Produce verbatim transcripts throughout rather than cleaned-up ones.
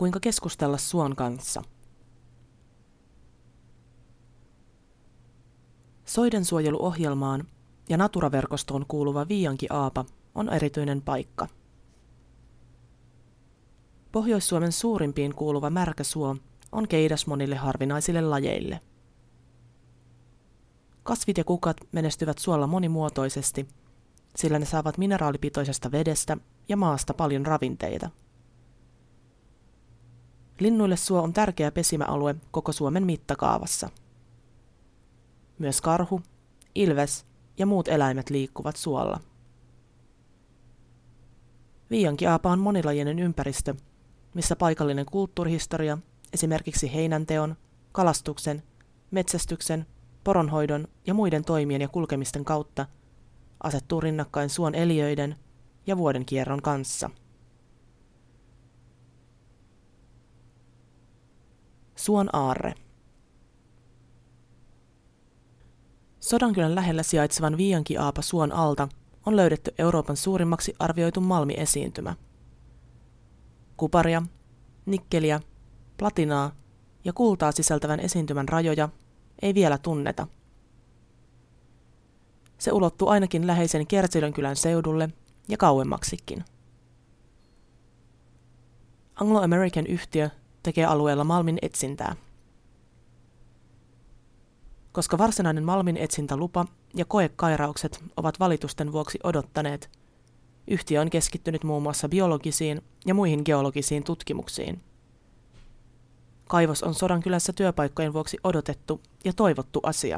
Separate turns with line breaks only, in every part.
Kuinka keskustella suon kanssa? Soidensuojeluohjelmaan ja Natura-verkostoon kuuluva Viiankiaapa on erityinen paikka. Pohjois-Suomen suurimpiin kuuluva märkäsuo on keidas monille harvinaisille lajeille. Kasvit ja kukat menestyvät suolla monimuotoisesti, sillä ne saavat mineraalipitoisesta vedestä ja maasta paljon ravinteita. Linnuille suo on tärkeä pesimäalue koko Suomen mittakaavassa. Myös karhu, ilves ja muut eläimet liikkuvat suolla. Viiankiaapa on monilajinen ympäristö, missä paikallinen kulttuurihistoria, esimerkiksi heinänteon, kalastuksen, metsästyksen, poronhoidon ja muiden toimien ja kulkemisten kautta asettuu rinnakkain suon eliöiden ja vuodenkierron kanssa. Suon aarre. Sodankylän lähellä sijaitsevan Viiankiaapa suon alta on löydetty Euroopan suurimmaksi arvioitu malmiesiintymä. Kuparia, nikkeliä, platinaa ja kultaa sisältävän esiintymän rajoja ei vielä tunneta. Se ulottuu ainakin läheisen Kertsilönkylän seudulle ja kauemmaksikin. Anglo American yhtiö tekee alueella malmin etsintää. Koska varsinainen malmin etsintälupa ja koekairaukset ovat valitusten vuoksi odottaneet, yhtiö on keskittynyt muun muassa biologisiin ja muihin geologisiin tutkimuksiin. Kaivos on Sodankylässä työpaikkojen vuoksi odotettu ja toivottu asia.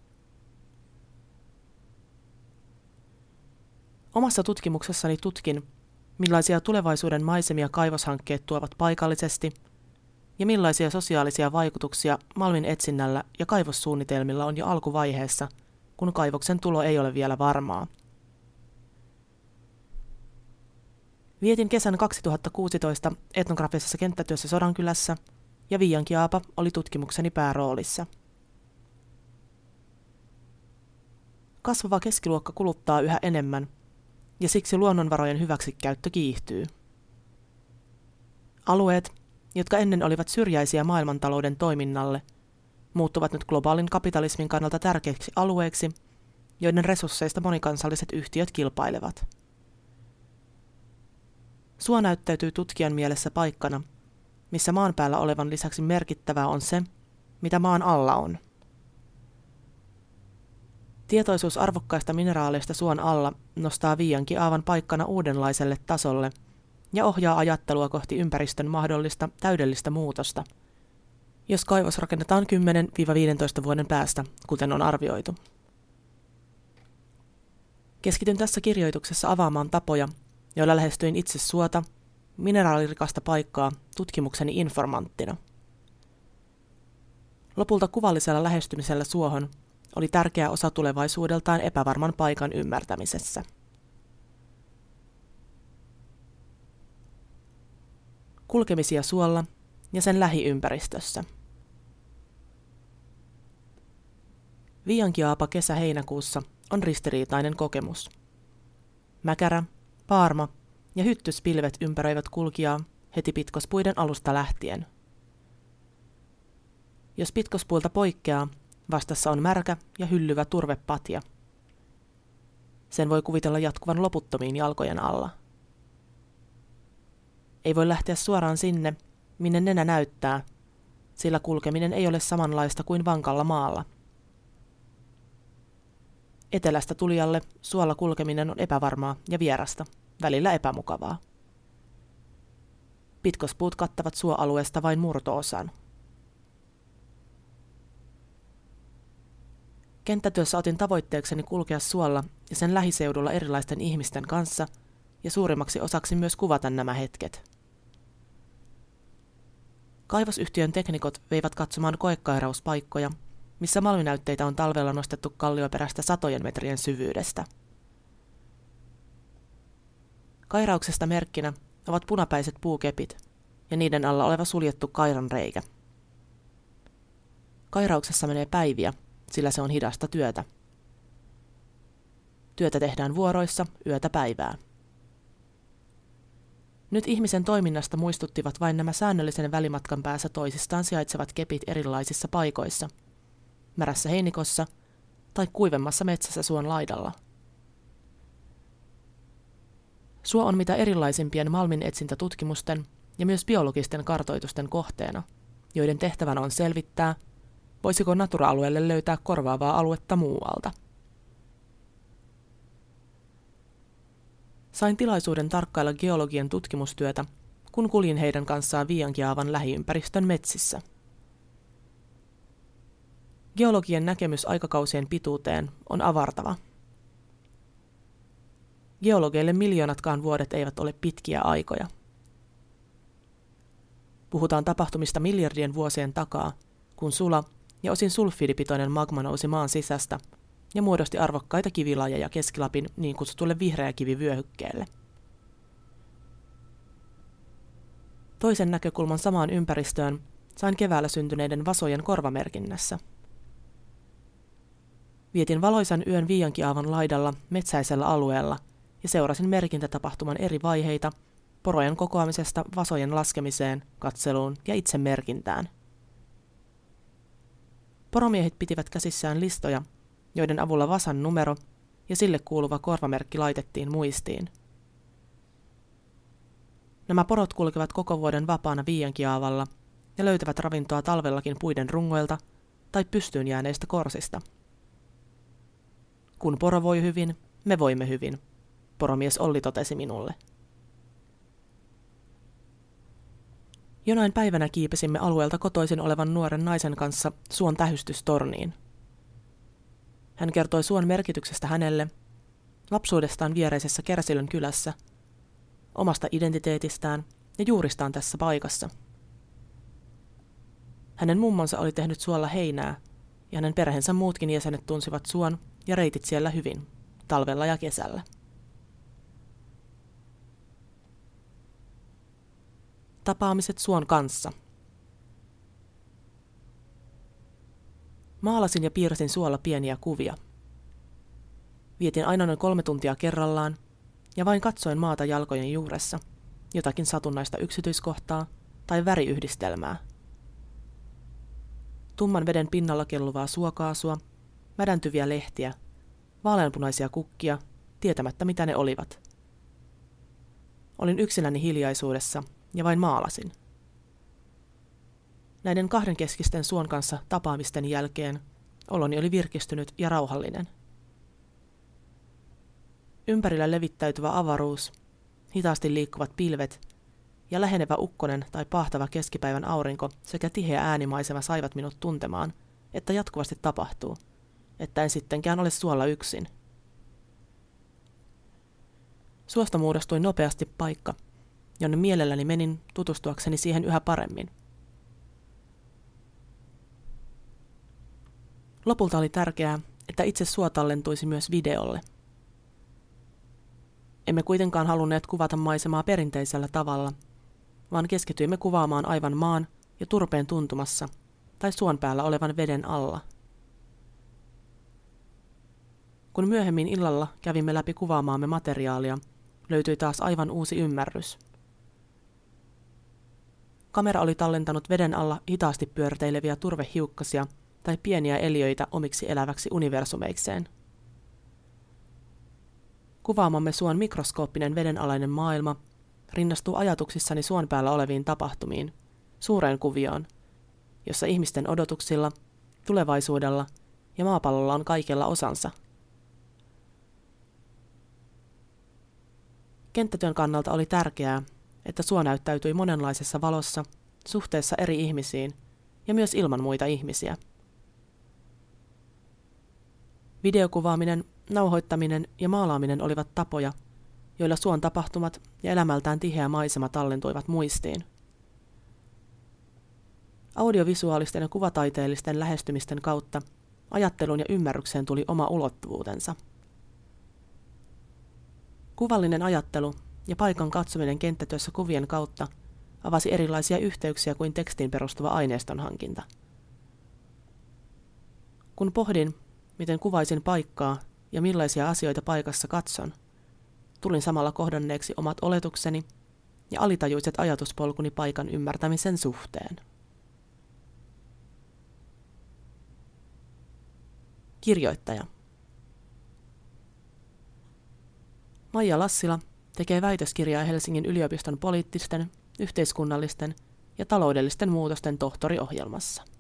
Omassa tutkimuksessani tutkin, millaisia tulevaisuuden maisemia kaivoshankkeet tuovat paikallisesti ja millaisia sosiaalisia vaikutuksia malmin etsinnällä ja kaivossuunnitelmilla on jo alkuvaiheessa, kun kaivoksen tulo ei ole vielä varmaa. Vietin kesän kaksituhattakuusitoista etnografisessa kenttätyössä Sodankylässä ja Viiankiaapa oli tutkimukseni pääroolissa. Kasvava keskiluokka kuluttaa yhä enemmän ja siksi luonnonvarojen hyväksikäyttö kiihtyy. Alueet, jotka ennen olivat syrjäisiä maailmantalouden toiminnalle, muuttuvat nyt globaalin kapitalismin kannalta tärkeiksi alueiksi, joiden resursseista monikansalliset yhtiöt kilpailevat. Suo näyttäytyy tutkijan mielessä paikkana, missä maan päällä olevan lisäksi merkittävää on se, mitä maan alla on. Tietoisuus arvokkaista mineraaleista suon alla nostaa Viiankiaavan paikkana uudenlaiselle tasolle ja ohjaa ajattelua kohti ympäristön mahdollista täydellistä muutosta, jos kaivos rakennetaan kymmenen viisitoista vuoden päästä, kuten on arvioitu. Keskityn tässä kirjoituksessa avaamaan tapoja, joilla lähestyin itse suota, mineraalirikasta paikkaa tutkimukseni informanttina. Lopulta kuvallisella lähestymisellä suohon oli tärkeä osa tulevaisuudeltaan epävarman paikan ymmärtämisessä. Kulkemisia suolla ja sen lähiympäristössä. Viiankiaapa kesä-heinäkuussa on ristiriitainen kokemus. Mäkärä, paarma ja hyttyspilvet ympäröivät kulkijaa heti pitkospuiden alusta lähtien. Jos pitkospuilta poikkeaa, vastassa on märkä ja hyllyvä turvepatja. Sen voi kuvitella jatkuvan loputtomiin jalkojen alla. Ei voi lähteä suoraan sinne, minne nenä näyttää, sillä kulkeminen ei ole samanlaista kuin vankalla maalla. Etelästä tulijalle suolla kulkeminen on epävarmaa ja vierasta, välillä epämukavaa. Pitkospuut kattavat suoalueesta vain murto-osan. Kenttätyössä otin tavoitteekseni kulkea suolla ja sen lähiseudulla erilaisten ihmisten kanssa ja suurimmaksi osaksi myös kuvata nämä hetket. Kaivosyhtiön teknikot veivät katsomaan koekairauspaikkoja, missä malminäytteitä on talvella nostettu kallioperästä satojen metrien syvyydestä. Kairauksesta merkkinä ovat punapäiset puukepit ja niiden alla oleva suljettu kairanreikä. Kairauksessa menee päiviä, sillä se on hidasta työtä. Työtä tehdään vuoroissa yötä päivää. Nyt ihmisen toiminnasta muistuttivat vain nämä säännöllisen välimatkan päässä toisistaan sijaitsevat kepit erilaisissa paikoissa, märässä heinikossa tai kuivemmassa metsässä suon laidalla. Suo on mitä erilaisimpien malminetsintätutkimusten ja myös biologisten kartoitusten kohteena, joiden tehtävänä on selvittää, voisiko Natura-alueelle löytää korvaavaa aluetta muualta. Sain tilaisuuden tarkkailla geologien tutkimustyötä, kun kuljin heidän kanssaan Viiankiaavan lähiympäristön metsissä. Geologien näkemys aikakausien pituuteen on avartava. Geologeille miljoonatkaan vuodet eivät ole pitkiä aikoja. Puhutaan tapahtumista miljardien vuosien takaa, kun sula ja osin sulfidipitoinen magma nousi maan sisästä ja muodosti arvokkaita kivilajeja Keski-Lapin niin kutsutulle vihreäkivivyöhykkeelle. Toisen näkökulman samaan ympäristöön sain keväällä syntyneiden vasojen korvamerkinnässä. Vietin valoisan yön Viiankiaavan laidalla metsäisellä alueella ja seurasin merkintätapahtuman eri vaiheita, porojen kokoamisesta vasojen laskemiseen, katseluun ja itse merkintään. Poromiehet pitivät käsissään listoja, joiden avulla vasan numero ja sille kuuluva korvamerkki laitettiin muistiin. Nämä porot kulkevat koko vuoden vapaana Viiankiaavalla ja löytävät ravintoa talvellakin puiden rungoilta tai pystyyn jääneistä korsista. Kun poro voi hyvin, me voimme hyvin, poromies Olli totesi minulle. Jonain päivänä kiipesimme alueelta kotoisin olevan nuoren naisen kanssa suon tähystystorniin. Hän kertoi suon merkityksestä hänelle, lapsuudestaan viereisessä Kärsilön kylässä, omasta identiteetistään ja juuristaan tässä paikassa. Hänen mummonsa oli tehnyt suolla heinää, ja hänen perheensä muutkin jäsenet tunsivat suon ja reitit siellä hyvin, talvella ja kesällä. Tapaamiset suon kanssa. Maalasin ja piirsin suolla pieniä kuvia. Vietin aina noin kolme tuntia kerrallaan ja vain katsoin maata jalkojen juuressa, jotakin satunnaista yksityiskohtaa tai väriyhdistelmää. Tumman veden pinnalla kelluvaa suokaasua, mädäntyviä lehtiä, vaaleanpunaisia kukkia, tietämättä mitä ne olivat. Olin yksinäni hiljaisuudessa ja vain maalasin. Näiden kahdenkeskisten suon kanssa tapaamisten jälkeen oloni oli virkistynyt ja rauhallinen. Ympärillä levittäytyvä avaruus, hitaasti liikkuvat pilvet ja lähenevä ukkonen tai pahtava keskipäivän aurinko sekä tiheä äänimaisema saivat minut tuntemaan, että jatkuvasti tapahtuu, että en sittenkään ole suolla yksin. Suosta muodostui nopeasti paikka, jonne mielelläni menin tutustuakseni siihen yhä paremmin. Lopulta oli tärkeää, että itse suo tallentuisi myös videolle. Emme kuitenkaan halunneet kuvata maisemaa perinteisellä tavalla, vaan keskityimme kuvaamaan aivan maan ja turpeen tuntumassa tai suon päällä olevan veden alla. Kun myöhemmin illalla kävimme läpi kuvaamaamme materiaalia, löytyi taas aivan uusi ymmärrys. Kamera oli tallentanut veden alla hitaasti pyörteileviä turvehiukkasia tai pieniä eliöitä omiksi eläväksi universumeikseen. Kuvaamamme suon mikroskooppinen vedenalainen maailma rinnastuu ajatuksissani suon päällä oleviin tapahtumiin, suureen kuvioon, jossa ihmisten odotuksilla, tulevaisuudella ja maapallolla on kaikella osansa. Kenttätyön kannalta oli tärkeää, että suo näyttäytyi monenlaisessa valossa, suhteessa eri ihmisiin ja myös ilman muita ihmisiä. Videokuvaaminen, nauhoittaminen ja maalaaminen olivat tapoja, joilla suon tapahtumat ja elämältään tiheä maisema tallentuivat muistiin. Audiovisuaalisten ja kuvataiteellisten lähestymisten kautta ajattelun ja ymmärrykseen tuli oma ulottuvuutensa. Kuvallinen ajattelu ja paikan katsominen kenttätyössä kuvien kautta avasi erilaisia yhteyksiä kuin tekstiin perustuva aineiston hankinta. Kun pohdin, miten kuvaisin paikkaa ja millaisia asioita paikassa katson, tulin samalla kohdanneeksi omat oletukseni ja alitajuiset ajatuspolkuni paikan ymmärtämisen suhteen. Kirjoittaja Maija Lassila tekee väitöskirjaa Helsingin yliopiston poliittisten, yhteiskunnallisten ja taloudellisten muutosten tohtoriohjelmassa.